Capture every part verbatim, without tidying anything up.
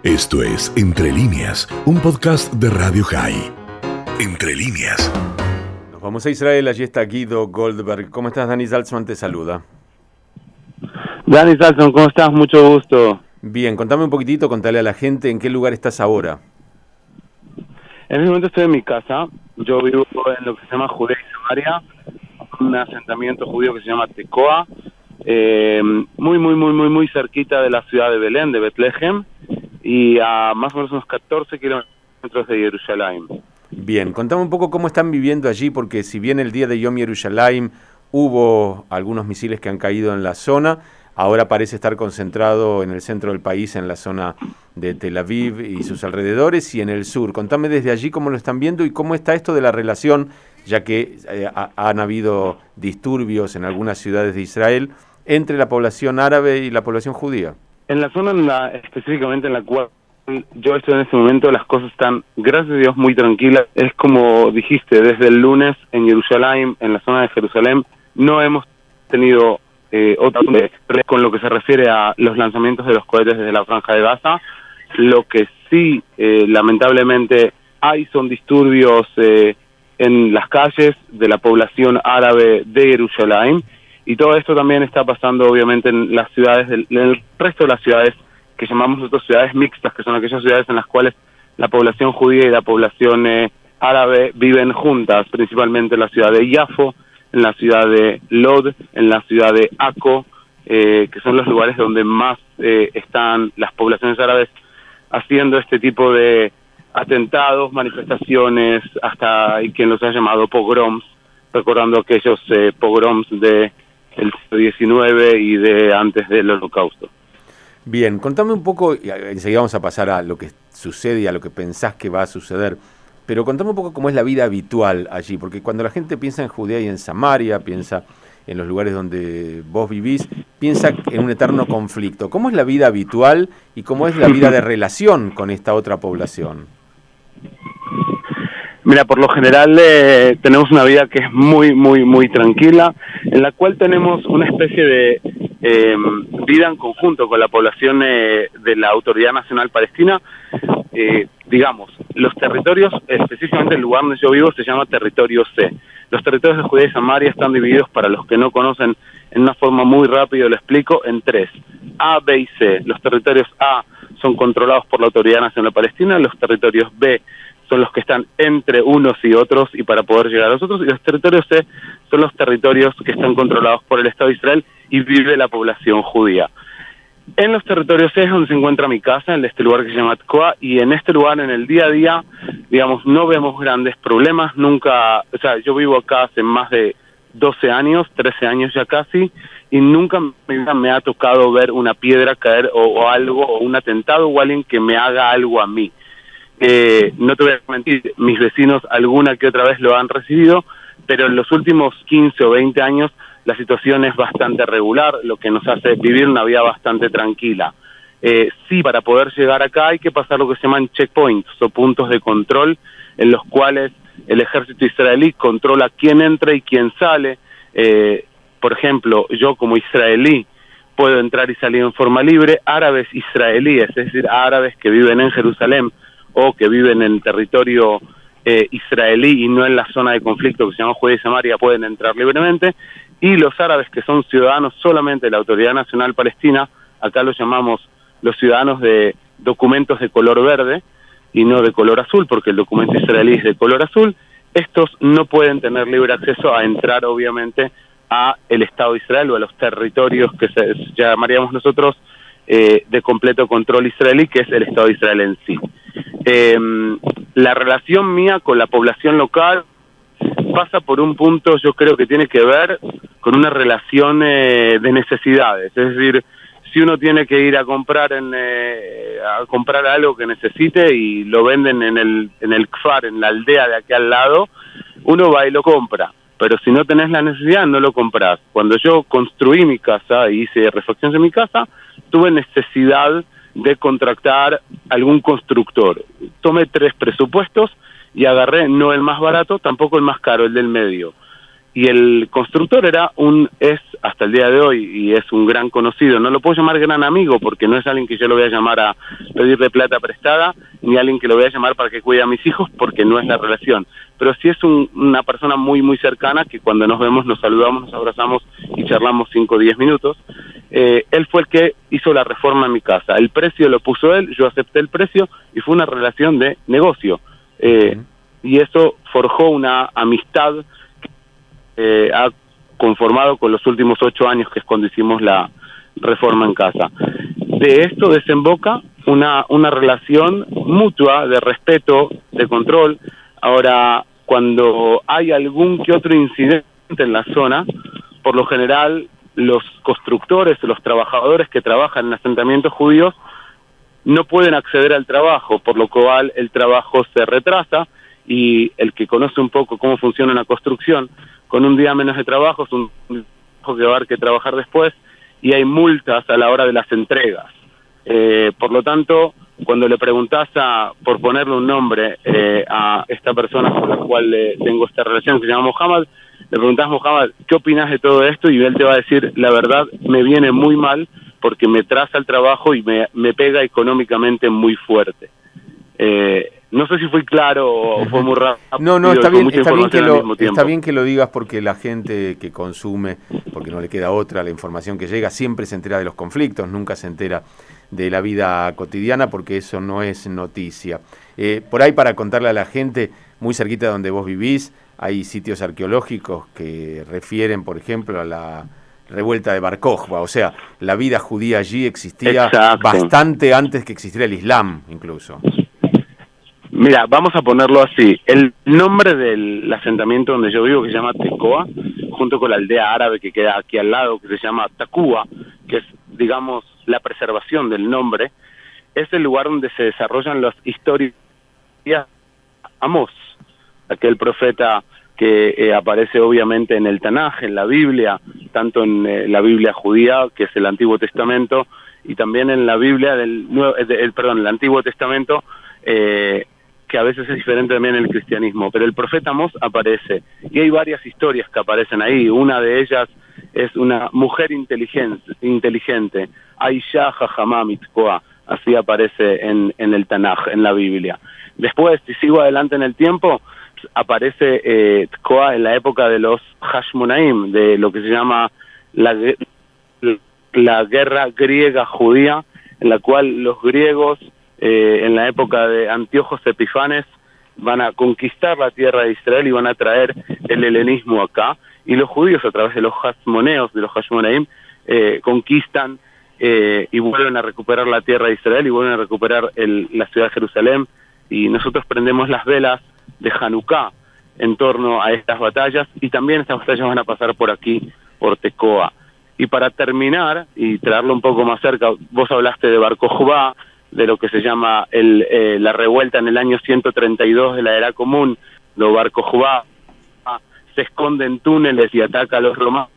Esto es Entre Líneas, un podcast de Radio High. Entre Líneas. Nos vamos a Israel, allí está Guido Goldberg. ¿Cómo estás? Dani Zaltzman te saluda. Dani Zaltzman, ¿cómo estás? Mucho gusto. Bien, contame un poquitito, contale a la gente en qué lugar estás ahora. En este momento estoy en mi casa. Yo vivo en lo que se llama Judea y Samaria, un asentamiento judío que se llama Tecoa, eh, muy, muy, muy, muy, muy cerquita de la ciudad de Belén, de Betlehem, y a más o menos unos catorce kilómetros de Jerusalén. Bien, contame un poco cómo están viviendo allí, porque si bien el día de Yom Yerushalayim hubo algunos misiles que han caído en la zona, ahora parece estar concentrado en el centro del país, en la zona de Tel Aviv y sus alrededores, y en el sur. Contame desde allí cómo lo están viendo y cómo está esto de la relación, ya que eh, ha, han habido disturbios en algunas ciudades de Israel entre la población árabe y la población judía. En la zona en la, específicamente en la cual yo estoy en este momento, las cosas están, gracias a Dios, muy tranquilas. Es como dijiste, desde el lunes en Jerusalén, en la zona de Jerusalén, no hemos tenido eh, otra con lo que se refiere a los lanzamientos de los cohetes desde la Franja de Gaza. Lo que sí, eh, lamentablemente, hay son disturbios eh, en las calles de la población árabe de Jerusalén, y todo esto también está pasando obviamente en las ciudades, del, en el resto de las ciudades que llamamos nosotros ciudades mixtas, que son aquellas ciudades en las cuales la población judía y la población eh, árabe viven juntas, principalmente en la ciudad de Yafo, en la ciudad de Lod, en la ciudad de Akko, eh, que son los lugares donde más eh, están las poblaciones árabes haciendo este tipo de atentados, manifestaciones, hasta hay quien los ha llamado pogroms, recordando aquellos eh, pogroms de el siglo diecinueve y de antes del Holocausto. Bien, contame un poco, y enseguida vamos a pasar a lo que sucede y a lo que pensás que va a suceder, pero contame un poco cómo es la vida habitual allí, porque cuando la gente piensa en Judea y en Samaria, piensa en los lugares donde vos vivís, piensa en un eterno conflicto. ¿Cómo es la vida habitual y cómo es la vida de relación con esta otra población? Mira, por lo general eh, tenemos una vida que es muy, muy, muy tranquila, en la cual tenemos una especie de eh, vida en conjunto con la población eh, de la Autoridad Nacional Palestina. Eh, digamos, los territorios, específicamente el lugar donde yo vivo, se llama Territorio C. Los territorios de Judea y Samaria están divididos, para los que no conocen, en una forma muy rápida, lo explico, en tres: A, B y C. Los territorios A son controlados por la Autoridad Nacional Palestina, los territorios B son los que están entre unos y otros y para poder llegar a los otros, y los territorios C son los territorios que están controlados por el Estado de Israel y vive la población judía. En los territorios C es donde se encuentra mi casa, en este lugar que se llama Tecoa, y en este lugar, en el día a día, digamos, no vemos grandes problemas, nunca, o sea, yo vivo acá hace más de doce años, trece años ya casi, y nunca me ha tocado ver una piedra caer o, o algo, o un atentado o alguien que me haga algo a mí. Eh, no te voy a mentir, mis vecinos alguna que otra vez lo han recibido, pero en los últimos quince o veinte años la situación es bastante regular, lo que nos hace vivir una vida bastante tranquila. Eh, sí, para poder llegar acá hay que pasar lo que se llaman checkpoints, o puntos de control, en los cuales el ejército israelí controla quién entra y quién sale. Eh, por ejemplo, yo como israelí puedo entrar y salir en forma libre. Árabes israelíes, es decir, árabes que viven en Jerusalén o que viven en territorio eh, israelí y no en la zona de conflicto que se llama Judea y Samaria, pueden entrar libremente, y los árabes que son ciudadanos solamente de la Autoridad Nacional Palestina, acá los llamamos los ciudadanos de documentos de color verde y no de color azul, porque el documento israelí es de color azul, estos no pueden tener libre acceso a entrar obviamente a el Estado de Israel o a los territorios que se llamaríamos nosotros eh, de completo control israelí, que es el Estado de Israel en sí. Eh, la relación mía con la población local pasa por un punto, yo creo que tiene que ver con una relación eh, de necesidades, es decir, si uno tiene que ir a comprar en, eh, a comprar algo que necesite y lo venden en el en el Kfar, en la aldea de aquí al lado, uno va y lo compra, pero si no tenés la necesidad no lo compras. Cuando yo construí mi casa y hice refacciones en mi casa, tuve necesidad de contratar algún constructor. Tomé tres presupuestos y agarré no el más barato, tampoco el más caro, el del medio. y el constructor era un, es hasta el día de hoy, y es un gran conocido, no lo puedo llamar gran amigo, porque no es alguien que yo lo voy a llamar a pedirle plata prestada, ni alguien que lo voy a llamar para que cuide a mis hijos, porque no es la relación, pero sí es un, una persona muy muy cercana, que cuando nos vemos nos saludamos, nos abrazamos y charlamos cinco o diez minutos. Eh, él fue el que hizo la reforma en mi casa, el precio lo puso él, yo acepté el precio, y fue una relación de negocio, eh, y eso forjó una amistad Eh, ha conformado con los últimos ocho años, que es cuando hicimos la reforma en casa. De esto desemboca una, una relación mutua de respeto, de control. Ahora, cuando hay algún que otro incidente en la zona, por lo general los constructores, los trabajadores que trabajan en asentamientos judíos no pueden acceder al trabajo, por lo cual el trabajo se retrasa, y el que conoce un poco cómo funciona una construcción, con un día menos de trabajo es un trabajo que va a haber que trabajar después, y hay multas a la hora de las entregas. Eh, por lo tanto, cuando le preguntás a, por ponerle un nombre eh, a esta persona con la cual eh, tengo esta relación, que se llama Mohamed, le preguntás, Mohamed, ¿qué opinas de todo esto? Y él te va a decir, la verdad, me viene muy mal, porque me traza el trabajo y me, me pega económicamente muy fuerte. Eh, no sé si fui claro o fue muy rápido. No, no, está bien, está bien, que lo, está bien que lo digas, porque la gente que consume, porque no le queda otra, la información que llega, siempre se entera de los conflictos, nunca se entera de la vida cotidiana, porque eso no es noticia. Eh, por ahí, para contarle a la gente, muy cerquita de donde vos vivís, hay sitios arqueológicos que refieren, por ejemplo, a la revuelta de Bar Kokhba, o sea, la vida judía allí existía Exacto. bastante antes que existiera el Islam, incluso. Mira, vamos a ponerlo así. El nombre del asentamiento donde yo vivo, que se llama Tecoa, junto con la aldea árabe que queda aquí al lado, que se llama Takua, que es, digamos, la preservación del nombre, es el lugar donde se desarrollan las historias de Amós, aquel profeta que eh, aparece obviamente en el Tanaj, en la Biblia, tanto en eh, la Biblia judía, que es el Antiguo Testamento, y también en la Biblia del Nuevo, eh, el, perdón, el Antiguo Testamento, eh, que a veces es diferente también en el cristianismo, pero el profeta Amós aparece, y hay varias historias que aparecen ahí. Una de ellas es una mujer inteligente, inteligente, Aisha Jajamá Mitkoa, así aparece en, en el Tanaj, en la Biblia. Después, si sigo adelante en el tiempo, aparece eh, Tkoa en la época de los Hashmonaim, de lo que se llama la, la guerra griega judía, en la cual los griegos Eh, en la época de Antíoco Epifanes van a conquistar la tierra de Israel y van a traer el helenismo acá, y los judíos a través de los Hashmoneos, de los Hashmonaim, eh, conquistan eh, y vuelven a recuperar la tierra de Israel y vuelven a recuperar el, la ciudad de Jerusalén, y nosotros prendemos las velas de Hanukkah en torno a estas batallas, y también estas batallas van a pasar por aquí, por Tecoa. Y para terminar y traerlo un poco más cerca, vos hablaste de Bar Kokhba, de lo que se llama el, eh, la revuelta en el año ciento treinta y dos de la Era Común, donde Bar Kokhba se esconde en túneles y ataca a los romanos,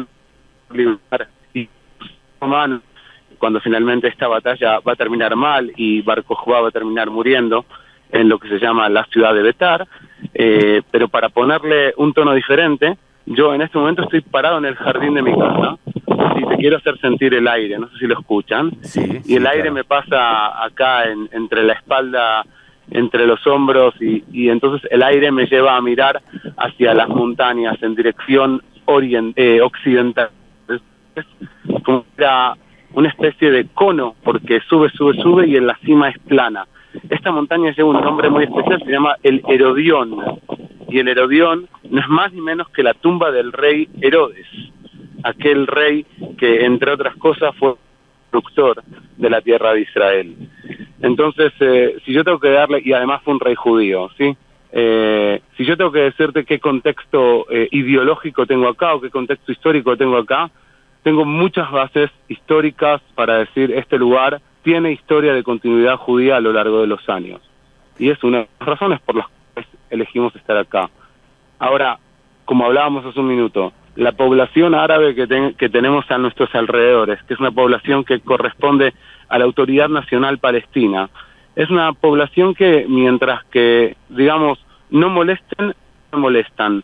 y romanos, cuando finalmente esta batalla va a terminar mal y Bar Kokhba va a terminar muriendo en lo que se llama la ciudad de Betar. Eh, pero para ponerle un tono diferente, yo en este momento estoy parado en el jardín de mi casa, y te quiero hacer sentir el aire, no sé si lo escuchan, sí, y sí, el aire claro. me pasa acá en, entre la espalda, entre los hombros, y, y entonces el aire me lleva a mirar hacia las montañas en dirección orient, eh, occidental. Es como era una especie de cono, porque sube, sube, sube y en la cima es plana. Esta montaña lleva un nombre muy especial, se llama el Herodión, y el Herodión no es más ni menos que la tumba del rey Herodes, aquel rey que, entre otras cosas, fue constructor de la tierra de Israel. Entonces, eh, si yo tengo que darle, y además fue un rey judío, ¿sí? Eh, si yo tengo que decirte qué contexto eh, ideológico tengo acá, o qué contexto histórico tengo acá, tengo muchas bases históricas para decir este lugar tiene historia de continuidad judía a lo largo de los años. Y es una de las razones por las cuales elegimos estar acá. Ahora, como hablábamos hace un minuto, la población árabe que, ten, que tenemos a nuestros alrededores, que es una población que corresponde a la Autoridad Nacional Palestina, es una población que, mientras que, digamos, no molesten, no molestan.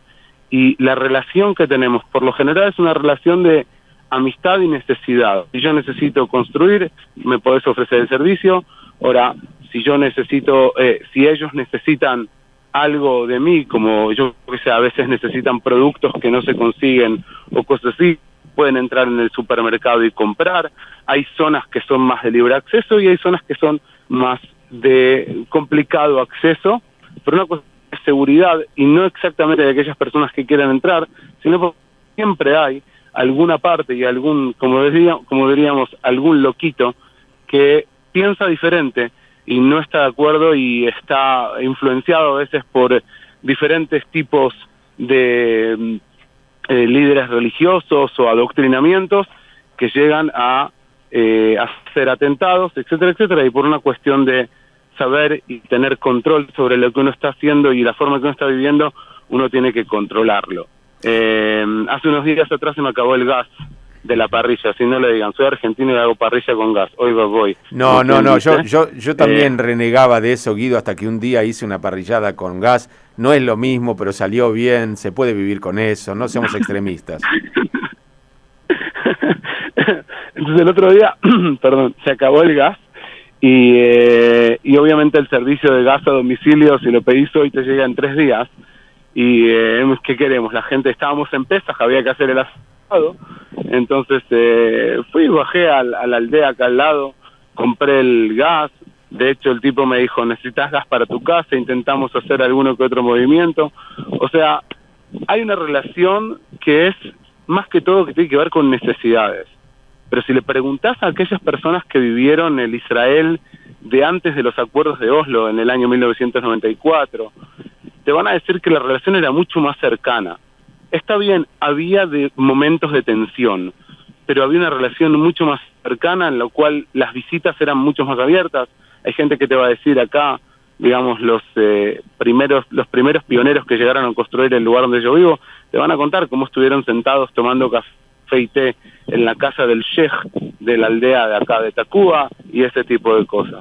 y la relación que tenemos, por lo general, es una relación de amistad y necesidad. Si yo necesito construir, me podés ofrecer el servicio. Ahora, si yo necesito, eh, si ellos necesitan algo de mí, como yo que sé, a veces necesitan productos que no se consiguen o cosas así, pueden entrar en el supermercado y comprar. Hay zonas que son más de libre acceso y hay zonas que son más de complicado acceso, pero una cosa es seguridad y no exactamente de aquellas personas que quieran entrar, sino porque siempre hay alguna parte y algún, como diríamos, como diríamos, algún loquito que piensa diferente y no está de acuerdo y está influenciado a veces por diferentes tipos de eh, líderes religiosos o adoctrinamientos que llegan a eh, hacer atentados, etcétera, etcétera, y por una cuestión de saber y tener control sobre lo que uno está haciendo y la forma que uno está viviendo, uno tiene que controlarlo. Eh, hace unos días atrás se me acabó el gas de la parrilla, si no le digan, soy argentino y hago parrilla con gas, hoy voy. No, no, no, yo, yo, yo también eh, renegaba de eso, Guido, hasta que un día hice una parrillada con gas, no es lo mismo, pero salió bien, se puede vivir con eso, no seamos extremistas. Entonces el otro día, perdón, se acabó el gas, y, eh, y obviamente el servicio de gas a domicilio, si lo pedís hoy, te llega en tres días, y eh, ¿qué queremos? La gente, estábamos en Pesaj, había que hacer el asado, entonces eh, fui, bajé a, a la aldea acá al lado, compré el gas, de hecho el tipo me dijo, necesitas gas para tu casa, intentamos hacer alguno que otro movimiento, o sea, hay una relación que es más que todo que tiene que ver con necesidades. Pero si le preguntás a aquellas personas que vivieron el Israel de antes de los acuerdos de Oslo en el año mil novecientos noventa y cuatro, te van a decir que la relación era mucho más cercana. Está bien, había de momentos de tensión, pero había una relación mucho más cercana en la cual las visitas eran mucho más abiertas. Hay gente que te va a decir acá, digamos, los eh, primeros los primeros pioneros que llegaron a construir el lugar donde yo vivo, te van a contar cómo estuvieron sentados tomando café y té en la casa del sheikh de la aldea de acá de Tacuba y ese tipo de cosas.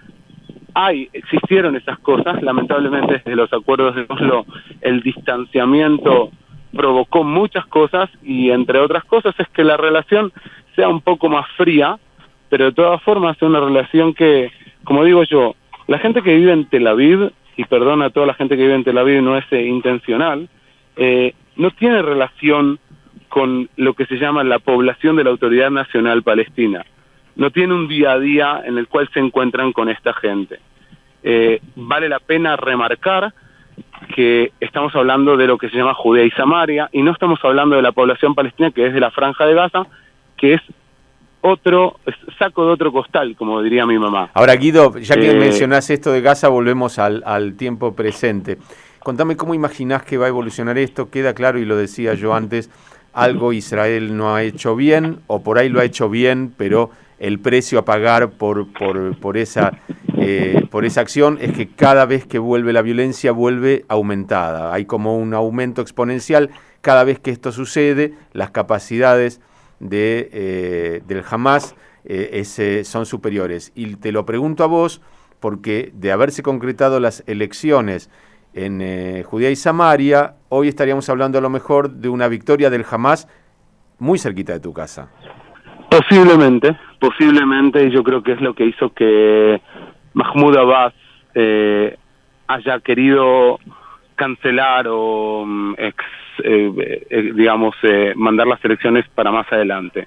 Hay, existieron esas cosas, lamentablemente desde los acuerdos de Oslo el distanciamiento provocó muchas cosas y entre otras cosas es que la relación sea un poco más fría, pero de todas formas es una relación que, como digo yo, la gente que vive en Tel Aviv, y perdona a toda la gente que vive en Tel Aviv, no es eh, intencional, eh, no tiene relación con lo que se llama la población de la Autoridad Nacional Palestina. No tiene un día a día en el cual se encuentran con esta gente. Eh, vale la pena remarcar que estamos hablando de lo que se llama Judea y Samaria, y no estamos hablando de la población palestina que es de la Franja de Gaza, que es otro saco de otro costal, como diría mi mamá. Ahora, Guido, ya que eh, mencionás esto de Gaza, volvemos al, al tiempo presente. Contame cómo imaginás que va a evolucionar esto. Queda claro, y lo decía yo antes, algo Israel no ha hecho bien, o por ahí lo ha hecho bien, pero el precio a pagar por, por, por, esa, eh, por esa acción es que cada vez que vuelve la violencia vuelve aumentada. Hay como un aumento exponencial. Cada vez que esto sucede, las capacidades de eh, del Hamas eh, ese, son superiores. Y te lo pregunto a vos porque de haberse concretado las elecciones en eh, Judea y Samaria, hoy estaríamos hablando a lo mejor de una victoria del Hamas muy cerquita de tu casa. Posiblemente, posiblemente, y yo creo que es lo que hizo que Mahmoud Abbas eh, haya querido cancelar o ex, eh, eh, digamos, eh, mandar las elecciones para más adelante.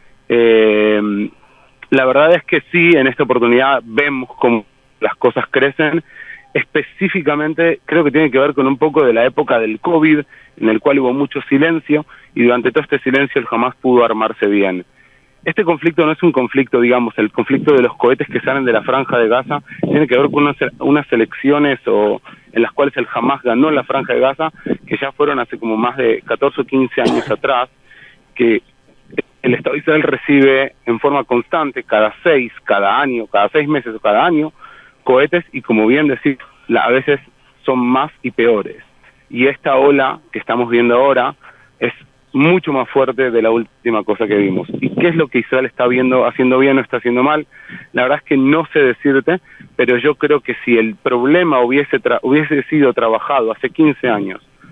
Eh, la verdad es que sí, en esta oportunidad vemos cómo las cosas crecen. Específicamente creo que tiene que ver con un poco de la época del COVID, en el cual hubo mucho silencio, y durante todo este silencio el Hamas pudo armarse bien. Este conflicto no es un conflicto, digamos, el conflicto de los cohetes que salen de la Franja de Gaza, tiene que ver con unas, unas elecciones o en las cuales el Hamas ganó en la Franja de Gaza, que ya fueron hace como más de catorce o quince años atrás, que el Estado de Israel recibe en forma constante, cada seis, cada año, cada seis meses o cada año, cohetes, y como bien decís, la, a veces son más y peores. Y esta ola que estamos viendo ahora es mucho más fuerte de la última cosa que vimos. ¿Y qué es lo que Israel está viendo, haciendo bien o está haciendo mal? La verdad es que no sé decirte, pero yo creo que si el problema hubiese tra- hubiese sido trabajado hace quince años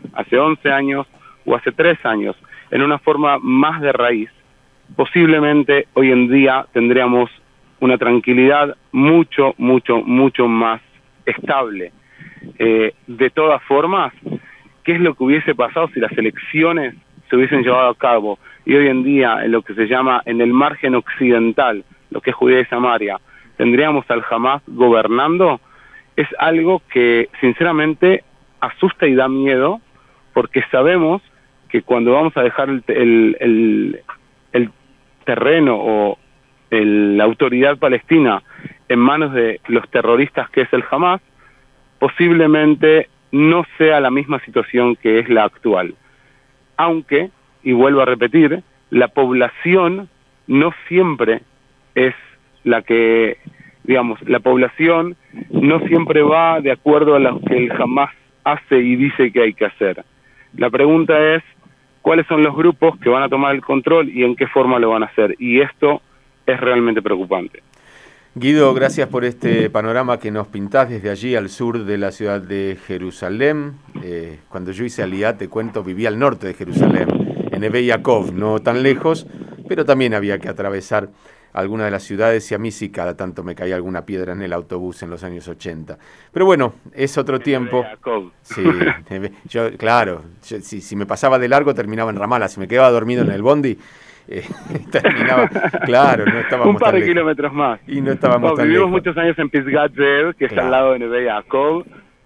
hace once años o hace tres años, en una forma más de raíz, posiblemente hoy en día tendríamos una tranquilidad mucho, mucho, mucho más estable. Eh, de todas formas, ¿qué es lo que hubiese pasado si las elecciones se hubiesen llevado a cabo y hoy en día en lo que se llama en el margen occidental, lo que es Judea y Samaria, tendríamos al Hamás gobernando? Es algo que sinceramente asusta y da miedo, porque sabemos que cuando vamos a dejar el, el, el, el terreno o el, la autoridad palestina en manos de los terroristas que es el Hamás, posiblemente no sea la misma situación que es la actual. Aunque, y vuelvo a repetir, la población no siempre es la que, digamos, la población no siempre va de acuerdo a lo que el Hamás hace y dice que hay que hacer. La pregunta es, ¿cuáles son los grupos que van a tomar el control y en qué forma lo van a hacer? Y esto es realmente preocupante. Guido, gracias por este panorama que nos pintás desde allí al sur de la ciudad de Jerusalén. Eh, cuando yo hice Aliyá, te cuento, vivía al norte de Jerusalén, en Neve Yaakov, no tan lejos, pero también había que atravesar alguna de las ciudades y a mí sí cada tanto me caía alguna piedra en el autobús en los años ochenta. Pero bueno, es otro tiempo. Sí, yo, claro, yo, si, si me pasaba de largo terminaba en Ramallah, si me quedaba dormido en el bondi, Eh, terminaba, claro, no estábamos un par de tan kilómetros más. Y no estábamos no, tan vivimos lejos. muchos años en Pisgat Ze'ev, que claro, está al lado de Neve Yaakov,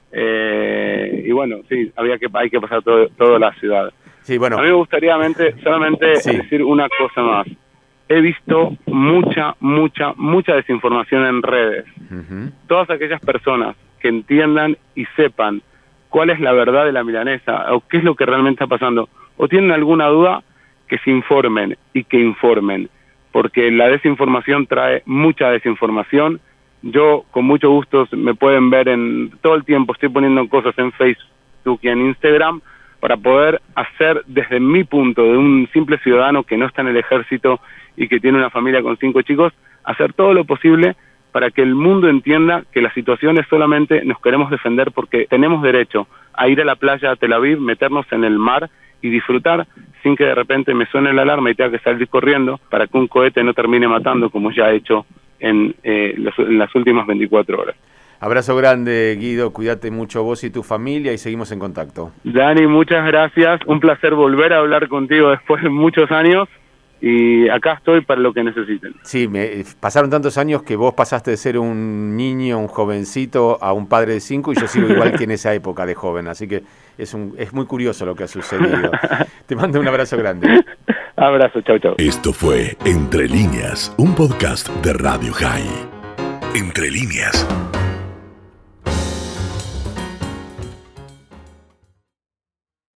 eh, y bueno, sí, había que hay que pasar todo, toda la ciudad. Sí, bueno. A mí me gustaría solamente sí. decir una cosa más. He visto mucha, mucha, mucha desinformación en redes. Uh-huh. Todas aquellas personas que entiendan y sepan cuál es la verdad de la milanesa, o qué es lo que realmente está pasando, o tienen alguna duda, que se informen y que informen, porque la desinformación trae mucha desinformación. Yo con mucho gusto me pueden ver en todo el tiempo, estoy poniendo cosas en Facebook y en Instagram para poder hacer desde mi punto de un simple ciudadano que no está en el ejército y que tiene una familia con cinco chicos, hacer todo lo posible para que el mundo entienda que la situación es solamente nos queremos defender porque tenemos derecho a ir a la playa a Tel Aviv, meternos en el mar y disfrutar sin que de repente me suene la alarma y tenga que salir corriendo para que un cohete no termine matando como ya ha hecho en, eh, los, en las últimas veinticuatro horas. Abrazo grande, Guido, cuídate mucho vos y tu familia y seguimos en contacto. Dani, muchas gracias, un placer volver a hablar contigo después de muchos años y acá estoy para lo que necesiten. Sí, me pasaron tantos años que vos pasaste de ser un niño, un jovencito, a un padre de cinco y yo sigo igual que en esa época de joven, así que es, un, es muy curioso lo que ha sucedido. Te mando un abrazo grande. Abrazo, chau, chau. Esto fue Entre Líneas, un podcast de Radio High. Entre Líneas.